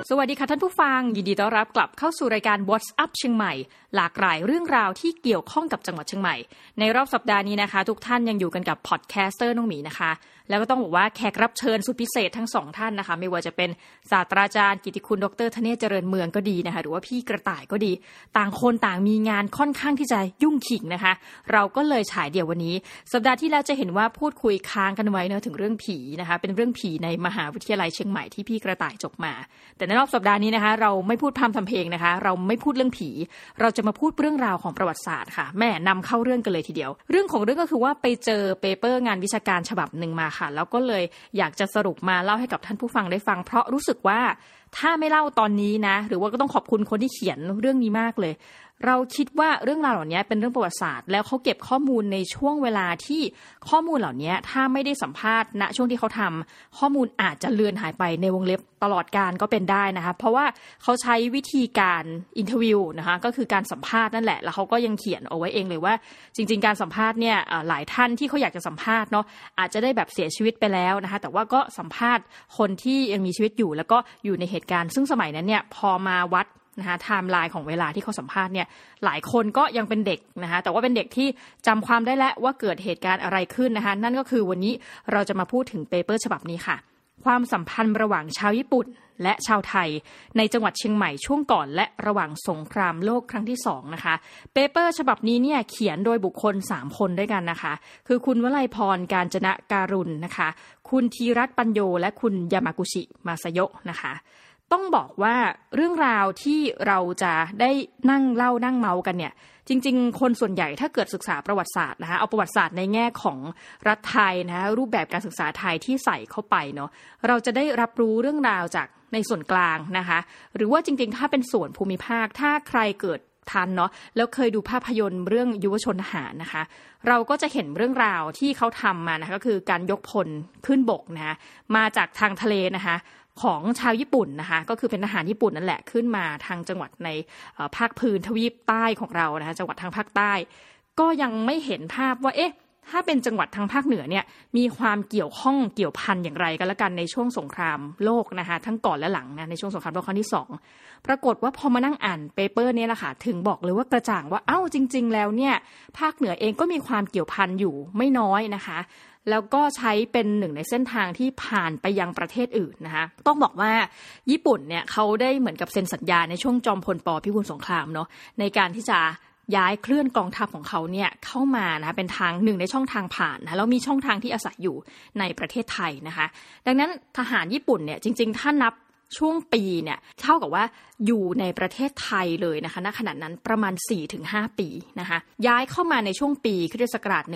สวัสดีค่ะท่านผู้ฟังยินดีต้อนรับกลับเข้าสู่รายการ What's Up เชียงใหม่หลากหลายเรื่องราวที่เกี่ยวข้องกับจังหวัดเชียงใหม่ในรอบสัปดาห์นี้นะคะทุกท่านยังอยู่กันกับพอดแคสเตอร์น้องหมีนะคะแล้วก็ต้องบอกว่าแขกรับเชิญสุดพิเศษทั้ง2ท่านนะคะไม่ว่าจะเป็นศาสตราจารย์กิติคุณดร.ธเนศเจริญเมืองก็ดีนะคะหรือว่าพี่กระต่ายก็ดีต่างคนต่างมีงานค่อนข้างที่จะยุ่งขิงนะคะเราก็เลยฉายเดี่ยววันนี้สัปดาห์ที่แล้วจะเห็นว่าพูดคุยค้างกันไว้เนอะถึงเรื่องผีนะคะเป็นเรื่องผีในมหาวิทยาลัยเชียงใหม่ที่พี่กระต่ายจบมาแต่ในรอบสัปดาห์นี้นะคะเราไม่พูดพร่ำทำเพลงนะคะเราไม่พูดเรื่องผีเราจะมาพูดเรื่องราวของประวัติศาสตร์ค่ะแม่นำเข้าเรื่องกันเลยทีเดียวเรื่องของเรื่องก็คือว่าไปเจอเปเปอร์งานวิชาการฉบับหนึ่งมาค่ะแล้วก็เลยอยากจะสรุปมาเล่าให้กับท่านผู้ฟังได้ฟังเพราะรู้สึกว่าถ้าไม่เล่าตอนนี้นะหรือว่าก็ต้องขอบคุณคนที่เขียนเรื่องนี้มากเลยเราคิดว่าเรื่องราวเหล่านี้เป็นเรื่องประวัติศาสตร์แล้วเขาเก็บข้อมูลในช่วงเวลาที่ข้อมูลเหล่านี้ถ้าไม่ได้สัมภาษณ์ณช่วงที่เขาทำข้อมูลอาจจะเลือนหายไปในวงเล็บตลอดกาลก็เป็นได้นะคะเพราะว่าเขาใช้วิธีการอินเทอร์วิวนะคะก็คือการสัมภาษณ์นั่นแหละแล้วเขาก็ยังเขียนเอาไว้เองเลยว่าจริงๆการสัมภาษณ์เนี่ยหลายท่านที่เขาอยากจะสัมภาษณ์เนาะอาจจะได้แบบเสียชีวิตไปแล้วนะคะแต่ว่าก็สัมภาษณ์คนที่ยังมีชีวิตอยู่แล้วก็อยู่ในเหตุการณ์ซึ่งสมัยนั้นเนี่ยพอมาวัดนะคะไทม์ไลน์ของเวลาที่เขาสัมภาษณ์เนี่ยหลายคนก็ยังเป็นเด็กนะคะแต่ว่าเป็นเด็กที่จำความได้แล้วว่าเกิดเหตุการณ์อะไรขึ้นนะคะนั่นก็คือวันนี้เราจะมาพูดถึงเปเปอร์ฉบับนี้ค่ะความสัมพันธ์ระหว่างชาวญี่ปุ่นและชาวไทยในจังหวัดเชียงใหม่ช่วงก่อนและระหว่างสงครามโลกครั้งที่2นะคะเปเปอร์ฉบับนี้เนี่ยเขียนโดยบุคคล3คนด้วยกันนะคะคือคุณวลัยพรกาญจนการุณนะคะคุณธีรัตน์ปัญโยและคุณยามากุชิมาซาโยะนะคะต้องบอกว่าเรื่องราวที่เราจะได้นั่งเล่านั่งเมากันเนี่ยจริงๆคนส่วนใหญ่ถ้าเกิดศึกษาประวัติศาสตร์นะคะเอาประวัติศาสตร์ในแง่ของรัฐไทยนะคะรูปแบบการศึกษาไทยที่ใส่เข้าไปเนาะเราจะได้รับรู้เรื่องราวจากในส่วนกลางนะคะหรือว่าจริงๆถ้าเป็นส่วนภูมิภาคถ้าใครเกิดทันเนาะแล้วเคยดูภาพยนตร์เรื่องยุวชนทหารนะคะเราก็จะเห็นเรื่องราวที่เขาทำมานะคะก็คือการยกพลขึ้นบกนะคะมาจากทางทะเลนะคะของชาวญี่ปุ่นนะคะก็คือเป็นทหารญี่ปุ่นนั่นแหละขึ้นมาทางจังหวัดในภาคพื้นทวีปใต้ของเรานะคะจังหวัดทางภาคใต้ก็ยังไม่เห็นภาพว่าเอ๊ะถ้าเป็นจังหวัดทางภาคเหนือเนี่ยมีความเกี่ยวข้องเกี่ยวพันอย่างไรกันละกันในช่วงสงครามโลกนะคะทั้งก่อนและหลังนะในช่วงสงครามโลกครั้งที่2ปรากฏว่าพอมานั่งอ่านเปเปอร์นี้แหละค่ะถึงบอกเลยว่ากระจ่างว่าเอ้าจริงๆแล้วเนี่ยภาคเหนือเองก็มีความเกี่ยวพันอยู่ไม่น้อยนะคะแล้วก็ใช้เป็นหนึ่งในเส้นทางที่ผ่านไปยังประเทศอื่นนะคะต้องบอกว่าญี่ปุ่นเนี่ยเขาได้เหมือนกับเซ็นสัญญาในช่วงจอมพลป.พิบูลสงครามเนาะในการที่จะย้ายเคลื่อนกองทัพของเขาเนี่ยเข้ามานะเป็นทางหนึ่งในช่องทางผ่านนะแล้วมีช่องทางที่อาศัยอยู่ในประเทศไทยนะคะดังนั้นทหารญี่ปุ่นเนี่ยจริงๆถ้านับช่วงปีเนี่ยเท่ากับว่าอยู่ในประเทศไทยเลยนะคะณขณะนั้นประมาณ 4-5 ปีนะคะย้ายเข้ามาในช่วงปีคริสตศักราช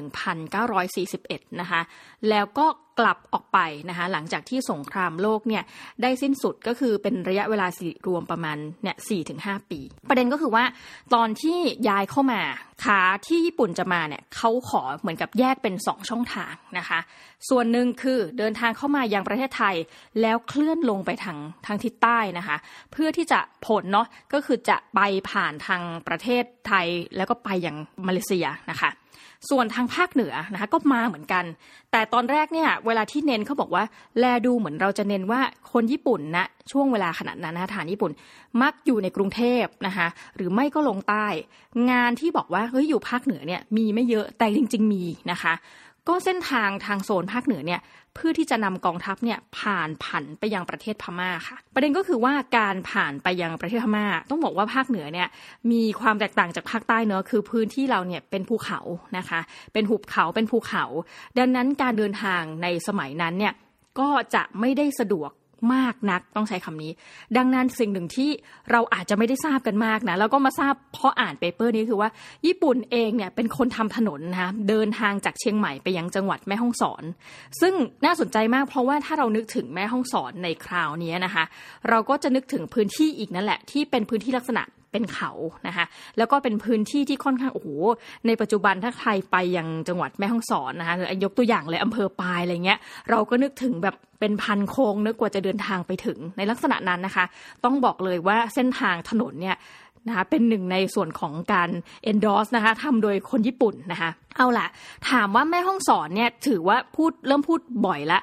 1941นะคะแล้วก็กลับออกไปนะคะหลังจากที่สงครามโลกเนี่ยได้สิ้นสุดก็คือเป็นระยะเวลารวมประมาณเนี่ย 4-5 ปีประเด็นก็คือว่าตอนที่ย้ายเข้ามาขาที่ญี่ปุ่นจะมาเนี่ยเขาขอเหมือนกับแยกเป็น2ช่องทางนะคะส่วนหนึ่งคือเดินทางเข้ามายังประเทศไทยแล้วเคลื่อนลงไปทางทิศใต้นะคะเพื่อที่จะผลเนาะก็คือจะไปผ่านทางประเทศไทยแล้วก็ไปยังมาเลเซียนะคะส่วนทางภาคเหนือนะคะก็มาเหมือนกันแต่ตอนแรกเนี่ยเวลาที่เน้นเขาบอกว่าแลดูเหมือนเราจะเน้นว่าคนญี่ปุ่นนะช่วงเวลาขนาดนั้นนะทหารญี่ปุ่นมักอยู่ในกรุงเทพนะคะหรือไม่ก็ลงใต้งานที่บอกว่าเฮ้ยอยู่ภาคเหนือเนี่ยมีไม่เยอะแต่จริงๆมีนะคะก็เส้นทางโซนภาคเหนือเนี่ยเพื่อที่จะนำกองทัพเนี่ยผันไปยังประเทศพม่าค่ะประเด็นก็คือว่าการผ่านไปยังประเทศพม่าต้องบอกว่าภาคเหนือเนี่ยมีความแตกต่างจากภาคใต้เนอะคือพื้นที่เราเนี่ยเป็นภูเขานะคะเป็นหุบเขาเป็นภูเขาดังนั้นการเดินทางในสมัยนั้นเนี่ยก็จะไม่ได้สะดวกมากนักต้องใช้คำนี้ดังนั้นสิ่งหนึ่งที่เราอาจจะไม่ได้ทราบกันมากนะแล้วก็มาทราบเพราะอ่านเปเปอร์นี้คือว่าญี่ปุ่นเองเนี่ยเป็นคนทำถนนนะคะเดินทางจากเชียงใหม่ไปยังจังหวัดแม่ฮ่องสอนซึ่งน่าสนใจมากเพราะว่าถ้าเรานึกถึงแม่ฮ่องสอนในคราวนี้นะคะเราก็จะนึกถึงพื้นที่อีกนั่นแหละที่เป็นพื้นที่ลักษณะเป็นเขานะคะแล้วก็เป็นพื้นที่ที่ค่อนข้างโอ้โหในปัจจุบันถ้าใครไปยังจังหวัดแม่ฮ่องสอนนะคะหรือยกตัวอย่างเลยอำเภอปายอะไรเงี้ยเราก็นึกถึงแบบเป็นพันโค้งนึกกว่าจะเดินทางไปถึงในลักษณะนั้นนะคะต้องบอกเลยว่าเส้นทางถนนเนี่ยนะคะเป็นหนึ่งในส่วนของการ endorse นะคะทำโดยคนญี่ปุ่นนะคะเอาล่ะถามว่าแม่ฮ่องสอนเนี่ยถือว่าเริ่มพูดบ่อยละ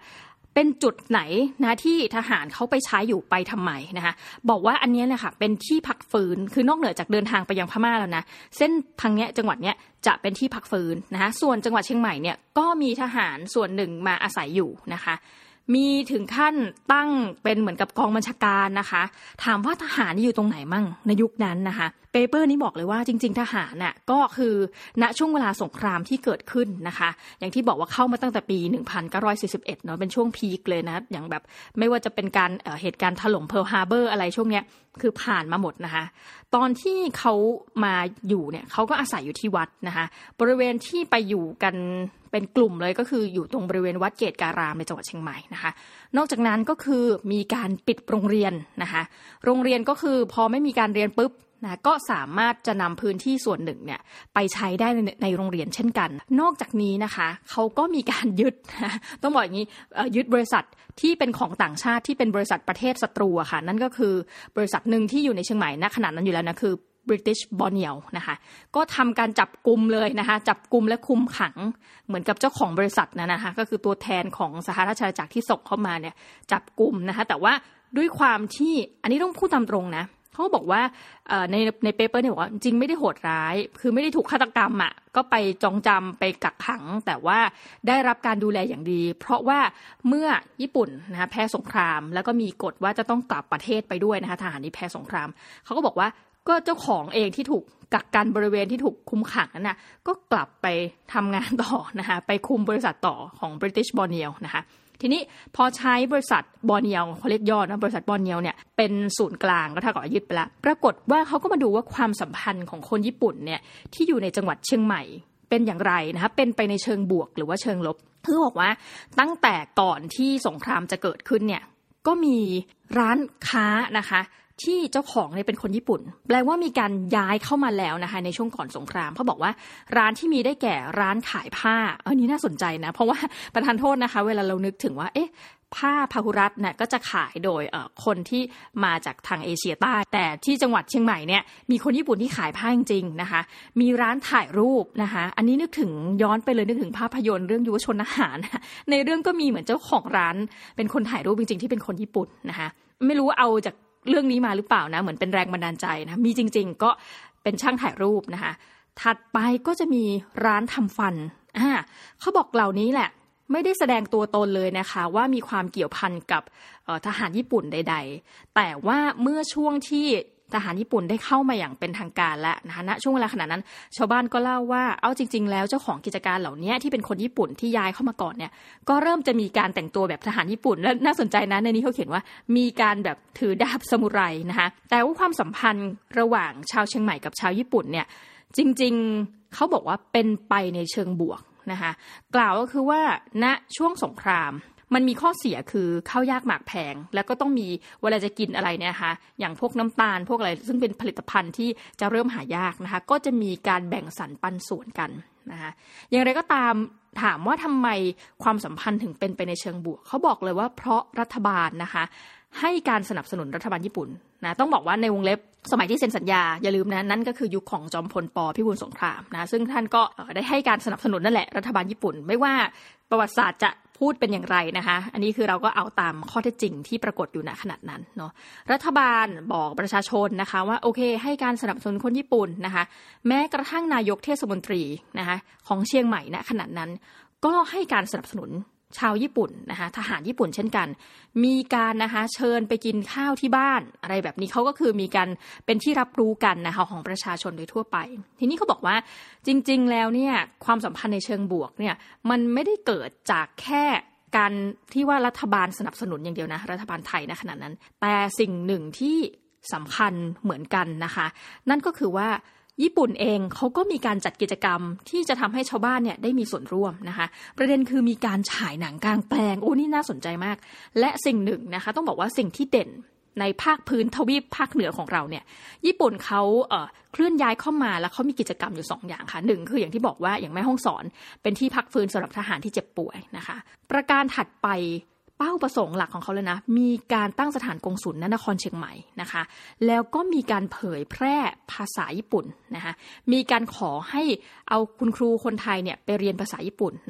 เป็นจุดไหนนะที่ทหารเขาไปใช้อยู่ไปทำไมนะคะบอกว่าอันนี้แหละค่ะเป็นที่พักฟื้นคือนอกเหนือจากเดินทางไปยังพม่าแล้วนะเส้นทางเนี้ยจังหวัดเนี้ยจะเป็นที่พักฟื้นนะคะส่วนจังหวัดเชียงใหม่เนี่ยก็มีทหารส่วนหนึ่งมาอาศัยอยู่นะคะมีถึงขั้นตั้งเป็นเหมือนกับกองบัญชาการนะคะถามว่าทหารอยู่ตรงไหนมั่งในยุคนั้นนะคะเปเปอร์นี้บอกเลยว่าจริงๆทหารน่ะก็คือณช่วงเวลาสงครามที่เกิดขึ้นนะคะอย่างที่บอกว่าเข้ามาตั้งแต่ปี 1941 เนาะเป็นช่วงพีคเลยนะอย่างแบบไม่ว่าจะเป็นการเหตุการณ์ถล่มเพิร์ลฮาร์เบอร์อะไรช่วงเนี้ยคือผ่านมาหมดนะคะตอนที่เขามาอยู่เนี่ยเขาก็อาศัยอยู่ที่วัดนะคะบริเวณที่ไปอยู่กันเป็นกลุ่มเลยก็คืออยู่ตรงบริเวณวัดเกตการามในจังหวัดเชียงใหม่นะคะนอกจากนั้นก็คือมีการปิดโรงเรียนนะคะโรงเรียนก็คือพอไม่มีการเรียนปุ๊บนะก็สามารถจะนำพื้นที่ส่วนหนึ่งเนี่ยไปใช้ได้ในโรงเรียนเช่นกันนอกจากนี้นะคะเขาก็มีการยึดต้องบอกอย่างนี้ยึดบริษัทที่เป็นของต่างชาติที่เป็นบริษัทประเทศศัตรูอะค่ะนั่นก็คือบริษัทหนึ่งที่อยู่ในเชียงใหม่ณขณะนั้นอยู่แล้วนะคือ British Borneo นะคะก็ทำการจับกุมเลยนะคะจับกุมและคุมขังเหมือนกับเจ้าของบริษัทนะคะก็คือตัวแทนของสหราชอาณาจักรที่ส่งเข้ามาเนี่ยจับกุมนะคะแต่ว่าด้วยความที่อันนี้ต้องพูดตามตรงนะเขาบอกว่าในเปเปอร์เนี่ยบอกว่าจริงไม่ได้โหดร้ายคือไม่ได้ถูกฆาตกรรมอ่ะก็ไปจองจำไปกักขังแต่ว่าได้รับการดูแลอย่างดีเพราะว่าเมื่อญี่ปุ่นนะคะแพ้สงครามแล้วก็มีกฎว่าจะต้องกลับประเทศไปด้วยนะคะทหารที่แพ้สงครามเขาก็บอกว่าก็เจ้าของเองที่ถูกกักกันบริเวณที่ถูกคุมขังนั้นน่ะก็กลับไปทำงานต่อนะคะไปคุมบริษัทต่อของ British Borneo นะคะทีนี้พอใช้บริษัทบอร์เนียวเขาเรียกย่อนะบริษัทบอร์เนียวเนี่ยเป็นศูนย์กลางก็เท่ากับยึดไปแล้วปรากฏว่าเขาก็มาดูว่าความสัมพันธ์ของคนญี่ปุ่นเนี่ยที่อยู่ในจังหวัดเชียงใหม่เป็นอย่างไรนะคะเป็นไปในเชิงบวกหรือว่าเชิงลบคือบอกว่าตั้งแต่ก่อนที่สงครามจะเกิดขึ้นเนี่ยก็มีร้านค้านะคะที่เจ้าของเนี่ยเป็นคนญี่ปุ่นแปลว่ามีการย้ายเข้ามาแล้วนะคะในช่วงก่อนสงครามเขาบอกว่าร้านที่มีได้แก่ร้านขายผ้าอันนี้น่าสนใจนะเพราะว่าประทานโทษนะคะเวลาเรานึกถึงว่าผ้าพหุรัตน์เนี่ยก็จะขายโดยคนที่มาจากทางเอเชียใต้แต่ที่จังหวัดเชียงใหม่เนี่ยมีคนญี่ปุ่นที่ขายผ้าจริงๆนะคะมีร้านถ่ายรูปนะคะอันนี้นึกถึงย้อนไปเลยนึกถึงภาพยนตร์เรื่องยุวชนอาหารในเรื่องก็มีเหมือนเจ้าของร้านเป็นคนถ่ายรูปจริงๆที่เป็นคนญี่ปุ่นนะคะไม่รู้เอาจากเรื่องนี้มาหรือเปล่านะเหมือนเป็นแรงบันดาลใจนะมีจริงๆก็เป็นช่างถ่ายรูปนะคะถัดไปก็จะมีร้านทำฟันเขาบอกเหล่านี้แหละไม่ได้แสดงตัวตนเลยนะคะว่ามีความเกี่ยวพันกับทหารญี่ปุ่นใดๆแต่ว่าเมื่อช่วงที่ทหารญี่ปุ่นได้เข้ามาอย่างเป็นทางการแล้วนะคะณช่วงเวลาขณะนั้นชาวบ้านก็เล่าว่าเอาจริงๆแล้วเจ้าของกิจการเหล่านี้ที่เป็นคนญี่ปุ่นที่ย้ายเข้ามาก่อนเนี่ยก็เริ่มจะมีการแต่งตัวแบบทหารญี่ปุ่นและน่าสนใจนะในนี้เขาเขียนว่ามีการแบบถือดาบซามูไรนะคะแต่ว่าความสัมพันธ์ระหว่างชาวเชียงใหม่กับชาวญี่ปุ่นเนี่ยจริงๆเขาบอกว่าเป็นไปในเชิงบวกนะคะกล่าวก็คือว่าณช่วงสงครามมันมีข้อเสียคือข้าวยากหมากแพงแล้วก็ต้องมีเวลาจะกินอะไรเนี่ยนะคะอย่างพวกน้ำตาลพวกอะไรซึ่งเป็นผลิตภัณฑ์ที่จะเริ่มหายากนะคะก็จะมีการแบ่งสรรปันส่วนกันนะคะอย่างไรก็ตามถามว่าทำไมความสัมพันธ์ถึงเป็นไปในเชิงบวกเขาบอกเลยว่าเพราะรัฐบาลนะคะให้การสนับสนุนรัฐบาลญี่ปุ่นนะต้องบอกว่าในวงเล็บสมัยที่เซ็นสัญญาอย่าลืมนะนั่นก็คือยุคของจอมพลป.พิบูลสงครามนะซึ่งท่านก็ได้ให้การสนับสนุนนั่นแหละรัฐบาลญี่ปุ่นไม่ว่าประวัติศาสตร์จะพูดเป็นอย่างไรนะคะอันนี้คือเราก็เอาตามข้อเท็จจริงที่ปรากฏอยู่ณขณะนั้นเนาะรัฐบาลบอกประชาชนนะคะว่าโอเคให้การสนับสนุนคนญี่ปุ่นนะคะแม้กระทั่งนายกเทศมนตรีนะคะของเชียงใหม่ณขณะนั้นก็ให้การสนับสนุนชาวญี่ปุ่นนะคะทหารญี่ปุ่นเช่นกันมีการนะคะเชิญไปกินข้าวที่บ้านอะไรแบบนี้เขาก็คือมีการเป็นที่รับรู้กันนะคะของประชาชนโดยทั่วไปทีนี้เขาบอกว่าจริงๆแล้วเนี่ยความสัมพันธ์ในเชิงบวกเนี่ยมันไม่ได้เกิดจากแค่การที่ว่ารัฐบาลสนับสนุนอย่างเดียวนะรัฐบาลไทยณขณะนั้นแต่สิ่งหนึ่งที่สำคัญเหมือนกันนะคะนั่นก็คือว่าญี่ปุ่นเองเขาก็มีการจัดกิจกรรมที่จะทำให้ชาวบ้านเนี่ยได้มีส่วนร่วมนะคะประเด็นคือมีการฉายหนังกลางแปลงโอ้นี่น่าสนใจมากและสิ่งหนึ่งนะคะต้องบอกว่าสิ่งที่เด่นในภาคพื้นทวีปภาคเหนือของเราเนี่ยญี่ปุ่นเขาเคลื่อนย้ายเข้ามาแล้วเขามีกิจกรรมอยู่2อย่างค่ะ1คืออย่างที่บอกว่าอย่างแม่ฮ่องสอนเป็นที่พักฟื้นสำหรับทหารที่เจ็บป่วยนะคะประการถัดไปเป้าประสงค์หลักของเขาเลยนะมีการตั้งสถานกงสุลณนครเชียงใหม่นะคะแล้วก็มีการเผยแพร่ภาษาญี่ปุ่นนะคะมีการขอให้เอาคุณครูคนไทยเนี่ยไปเรียนภาษาญี่ปุ่นนะคะ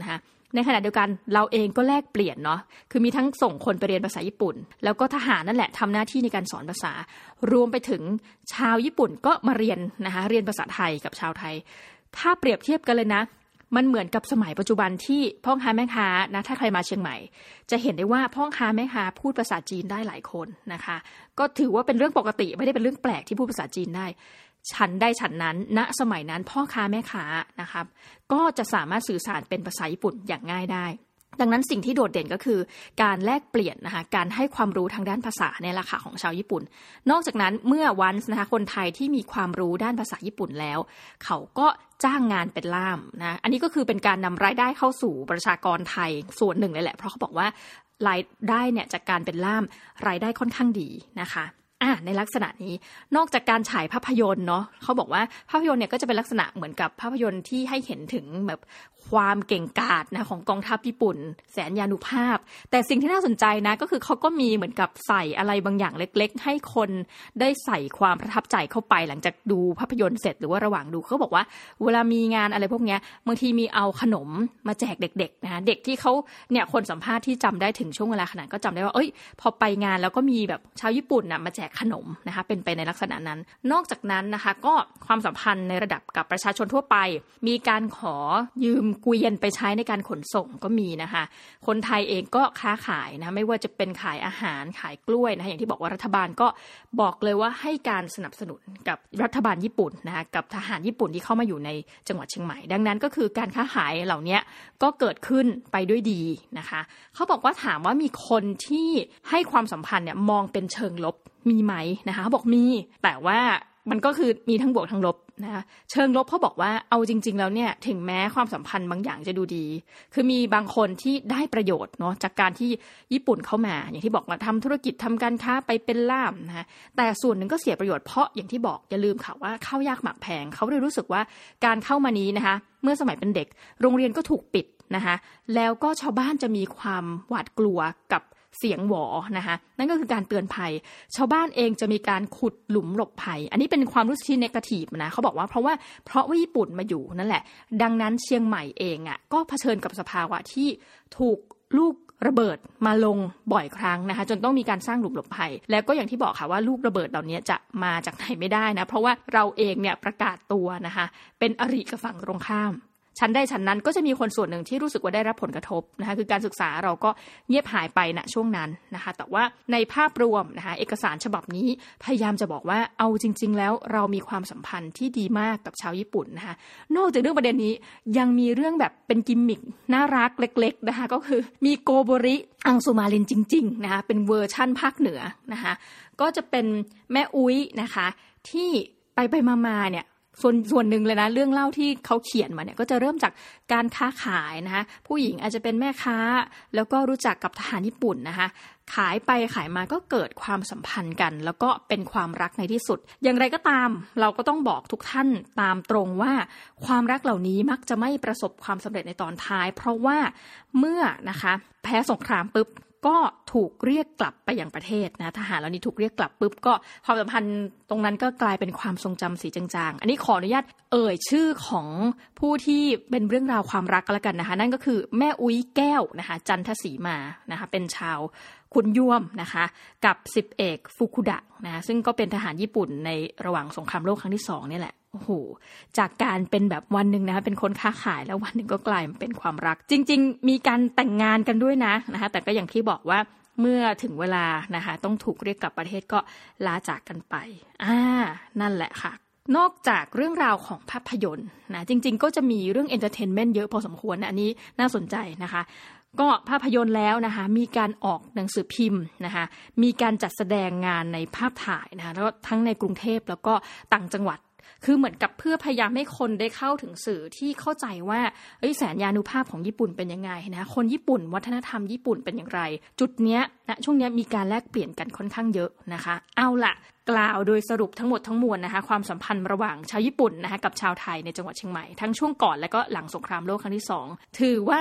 ในขณะเดียวกันเราเองก็แลกเปลี่ยนเนาะคือมีทั้งส่งคนไปเรียนภาษาญี่ปุ่นแล้วก็ทหารนั่นแหละทำหน้าที่ในการสอนภาษารวมไปถึงชาวญี่ปุ่นก็มาเรียนนะคะเรียนภาษาไทยกับชาวไทยถ้าเปรียบเทียบกันเลยนะมันเหมือนกับสมัยปัจจุบันที่พ่อค้าแม่ค้านะถ้าใครมาเชียงใหม่จะเห็นได้ว่าพ่อค้าแม่ค้าพูดภาษาจีนได้หลายคนนะคะก็ถือว่าเป็นเรื่องปกติไม่ได้เป็นเรื่องแปลกที่พูดภาษาจีนได้ฉันได้ฉันนั้นณสมัยนั้นพ่อค้าแม่ค้านะครับก็จะสามารถสื่อสารเป็นภาษาญี่ปุ่นอย่างง่ายได้ดังนั้นสิ่งที่โดดเด่นก็คือการแลกเปลี่ยนนะคะการให้ความรู้ทางด้านภาษาในราคาของชาวญี่ปุ่นนอกจากนั้นเมื่อวันนะคะคนไทยที่มีความรู้ด้านภาษาญี่ปุ่นแล้วเขาก็จ้างงานเป็นล่ามนะอันนี้ก็คือเป็นการนำรายได้เข้าสู่ประชากรไทยส่วนหนึ่งเลยแหละเพราะเขาบอกว่ารายได้เนี่ยจากการเป็นล่ามรายได้ค่อนข้างดีนะคะในลักษณะนี้นอกจากการฉายภาพยนตร์เนาะเขาบอกว่าภาพยนตร์เนี่ยก็จะเป็นลักษณะเหมือนกับภาพยนตร์ที่ให้เห็นถึงแบบความเก่งกาจนะของกองทัพญี่ปุ่นแสนยานุภาพแต่สิ่งที่น่าสนใจนะก็คือเขาก็มีเหมือนกับใส่อะไรบางอย่างเล็กๆให้คนได้ใส่ความประทับใจเข้าไปหลังจากดูภาพยนตร์เสร็จหรือว่าระหว่างดูเขาบอกว่าเวลามีงานอะไรพวกนี้บางทีมีเอาขนมมาแจกเด็กๆนะเด็กที่เขาเนี่ยคนสัมภาษณ์ที่จำได้ถึงช่วงเวลาขนาดก็จำได้ว่าพอไปงานแล้วก็มีแบบชาวญี่ปุ่นนะมาแจกขนมนะคะเป็นไปในลักษณะนั้นนอกจากนั้นนะคะก็ความสัมพันธ์ในระดับกับประชาชนทั่วไปมีการขอยืมเกวียนไปใช้ในการขนส่งก็มีนะคะคนไทยเองก็ค้าขายนะไม่ว่าจะเป็นขายอาหารขายกล้วยนะคะอย่างที่บอกว่ารัฐบาลก็บอกเลยว่าให้การสนับสนุนกับรัฐบาลญี่ปุ่นนะคะกับทหารญี่ปุ่นที่เข้ามาอยู่ในจังหวัดเชียงใหม่ดังนั้นก็คือการค้าขายเหล่านี้ก็เกิดขึ้นไปด้วยดีนะคะเขาบอกว่าถามว่ามีคนที่ให้ความสัมพันธ์เนี่ยมองเป็นเชิงลบมีไหมนะคะเขาบอกมีแต่ว่ามันก็คือมีทั้งบวกทั้งลบนะคะเชิงลบเขาบอกว่าเอาจริงๆแล้วเนี่ยถึงแม้ความสัมพันธ์บางอย่างจะดูดีคือมีบางคนที่ได้ประโยชน์เนาะจากการที่ญี่ปุ่นเข้ามาอย่างที่บอกว่าทำธุรกิจทำการค้าไปเป็นล่ามนะคะแต่ส่วนหนึ่งก็เสียประโยชน์เพราะอย่างที่บอกอย่าลืมค่ะว่าข้าวยากหมากแพงเขาเลยรู้สึกว่าการเข้ามานี้นะคะเมื่อสมัยเป็นเด็กโรงเรียนก็ถูกปิดนะคะแล้วก็ชาวบ้านจะมีความหวาดกลัวกับเสียงหวอนะคะนั่นก็คือการเตือนภัยชาวบ้านเองจะมีการขุดหลุมหลบภัยอันนี้เป็นความรู้สึกที่เนกาทีฟนะเขาบอกว่าเพราะว่าญี่ปุ่นมาอยู่นั่นแหละดังนั้นเชียงใหม่เองก็เผชิญกับสภาวะที่ถูกลูกระเบิดมาลงบ่อยครั้งนะคะจนต้องมีการสร้างหลุมหลบภัยแล้วก็อย่างที่บอกค่ะว่าลูกระเบิดเหล่านี้จะมาจากไหนไม่ได้นะเพราะว่าเราเองเนี่ยประกาศตัวนะคะเป็นอริกับฝั่งตรงข้ามชั้นได้ชั้นนั้นก็จะมีคนส่วนหนึ่งที่รู้สึกว่าได้รับผลกระทบนะคะคือการศึกษาเราก็เงียบหายไปณช่วงนั้นนะคะแต่ว่าในภาพรวมนะคะเอกสารฉบับนี้พยายามจะบอกว่าเอาจริงๆแล้วเรามีความสัมพันธ์ที่ดีมากกับชาวญี่ปุ่นนะคะนอกจากเรื่องประเด็นนี้ยังมีเรื่องแบบเป็นกิมมิคน่ารักเล็กๆนะคะก็คือมีโกโบริอังสุมารินจริงๆนะคะเป็นเวอร์ชั่นภาคเหนือนะคะก็จะเป็นแม่อุ้ยนะคะที่ไปมาเนี่ยส่วนหนึ่งเลยนะเรื่องเล่าที่เขาเขียนมาเนี่ยก็จะเริ่มจากการค้าขายนะคะผู้หญิงอาจจะเป็นแม่ค้าแล้วก็รู้จักกับทหารญี่ปุ่นนะคะขายไปขายมาก็เกิดความสัมพันธ์กันแล้วก็เป็นความรักในที่สุดอย่างไรก็ตามเราก็ต้องบอกทุกท่านตามตรงว่าความรักเหล่านี้มักจะไม่ประสบความสำเร็จในตอนท้ายเพราะว่าเมื่อนะคะแพ้สงครามปุ๊บก็ถูกเรียกกลับไปยังประเทศนะทหารเหล่านี้ถูกเรียกกลับปุ๊บก็ความสัมพันธ์ตรงนั้นก็กลายเป็นความทรงจำสีจางๆอันนี้ขออนุญาตชื่อของผู้ที่เป็นเรื่องราวความรักกันแล้วกันนะคะนั่นก็คือแม่อุ้ยแก้วนะคะจันทศรีมานะคะเป็นชาวคุณยวมนะคะกับสิบเอกฟุคุดะนะซึ่งก็เป็นทหารญี่ปุ่นในระหว่างสงครามโลกครั้งที่2นี่แหละโอ้โหจากการเป็นแบบวันหนึ่งนะคะเป็นคนค้าขายแล้ววันหนึ่งก็กลายมาเป็นความรักจริงๆมีการแต่งงานกันด้วยนะคะแต่ก็อย่างที่บอกว่าเมื่อถึงเวลานะคะต้องถูกเรียกกลับประเทศก็ลาจากกันไปนั่นแหละค่ะนอกจากเรื่องราวของภาพยนตร์นะจริงๆก็จะมีเรื่องเอนเตอร์เทนเมนต์เยอะพอสมควรนะอันนี้น่าสนใจนะคะก็ภาพยนตร์แล้วนะคะมีการออกหนังสือพิมพ์นะคะมีการจัดแสดงงานในภาพถ่ายนะคะแล้วทั้งในกรุงเทพแล้วก็ต่างจังหวัดคือเหมือนกับเพื่อพยายามให้คนได้เข้าถึงสื่อที่เข้าใจว่าแสนยานุภาพของญี่ปุ่นเป็นยังไงนะคนญี่ปุ่นวัฒนธรรมญี่ปุ่นเป็นอย่างไรจุดเนี้ยนะช่วงนี้มีการแลกเปลี่ยนกันค่อนข้างเยอะนะคะเอาล่ะกล่าวโดยสรุปทั้งหมดทั้งมวลนะคะความสัมพันธ์ระหว่างชาวญี่ปุ่นนะคะกับชาวไทยในจังหวัดเชียงใหม่ทั้งช่วงก่อนและก็หลังสงครามโลกครั้งที่2ถือว่า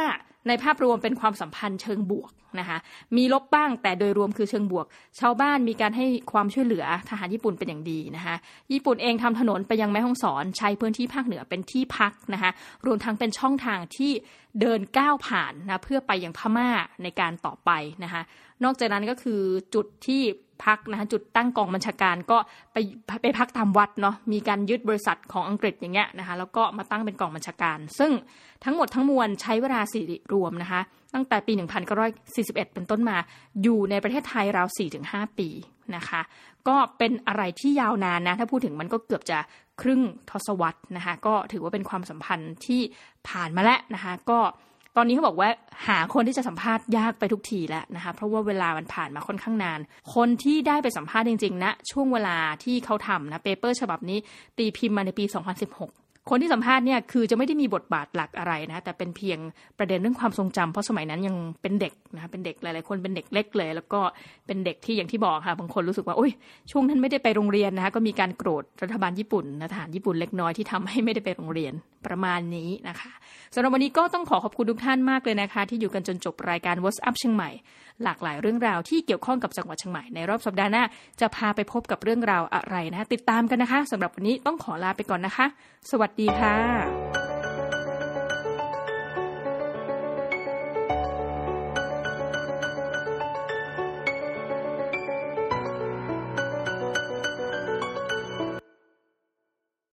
ในภาพรวมเป็นความสัมพันธ์เชิงบวกนะคะมีลบบ้างแต่โดยรวมคือเชิงบวกชาวบ้านมีการให้ความช่วยเหลือทหารญี่ปุ่นเป็นอย่างดีนะคะญี่ปุ่นเองทำถนนไปยังแม่ฮ่องสอนใช้พื้นที่ภาคเหนือเป็นที่พักนะคะรวมทั้งเป็นช่องทางที่เดินก้าวผ่านนะเพื่อไปยังพม่าในการต่อไปนะคะนอกจากนั้นก็คือจุดที่พักนะคะจุดตั้งกองบัญชาการก็ไปพักตามวัดเนาะมีการยึดบริษัทของอังกฤษอย่างเงี้ยนะคะแล้วก็มาตั้งเป็นกองบัญชาการซึ่งทั้งหมดทั้งมวลใช้เวลา4รวมนะคะตั้งแต่ปี1941เป็นต้นมาอยู่ในประเทศไทยราว 4-5 ปีนะคะก็เป็นอะไรที่ยาวนานนะถ้าพูดถึงมันก็เกือบจะครึ่งทศวรรษนะคะก็ถือว่าเป็นความสัมพันธ์ที่ผ่านมาแล้วนะคะก็ตอนนี้เขาบอกว่าหาคนที่จะสัมภาษณ์ยากไปทุกทีแล้วนะคะเพราะว่าเวลามันผ่านมาค่อนข้างนานคนที่ได้ไปสัมภาษณ์จริงๆนะช่วงเวลาที่เขาทำนะเปเปอร์ฉบับนี้ตีพิมพ์มาในปี 2016คนที่สัมภาษณ์เนี่ยคือจะไม่ได้มีบทบาทหลักอะไรนะแต่เป็นเพียงประเด็นเรื่องความทรงจำเพราะสมัยนั้นยังเป็นเด็กนะเป็นเด็กหลายๆคนเป็นเด็กเล็กเลยแล้วก็เป็นเด็กที่อย่างที่บอกค่ะบางคนรู้สึกว่าโอ๊ยช่วงนั้นไม่ได้ไปโรงเรียนนะคะก็มีการโกรธรัฐบาลญี่ปุ่นทหารญี่ปุ่นเล็กน้อยที่ทำให้ไม่ได้ไปโรงเรียนประมาณนี้นะคะสำหรับวันนี้ก็ต้องขอบคุณทุกท่านมากเลยนะคะที่อยู่กันจนจบรายการ What's Up เชียงใหม่หลากหลายเรื่องราวที่เกี่ยวข้องกับจังหวัดเชียงใหม่ในรอบสัปดาห์หน้าจะพาไปพบกับเรื่องราวอะไรนะติดตามกันนะคะสำหรับวันนี้ต้องขอลาไปก่อนนะคะสวัสดีค่ะ